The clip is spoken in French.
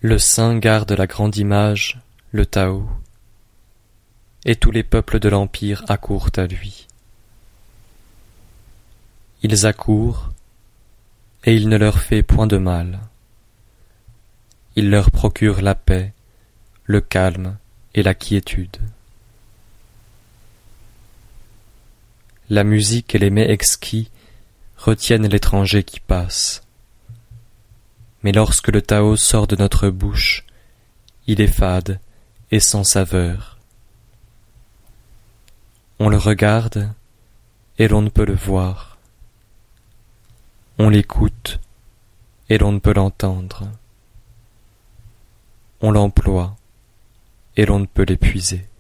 Le saint garde la grande image, le Tao, et tous les peuples de l'Empire accourent à lui. Ils accourent, et il ne leur fait point de mal. Il leur procure la paix, le calme et la quiétude. La musique et les mets exquis retiennent l'étranger qui passe. Mais lorsque le Tao sort de notre bouche, il est fade et sans saveur. On le regarde et l'on ne peut le voir. On l'écoute et l'on ne peut l'entendre. On l'emploie et l'on ne peut l'épuiser.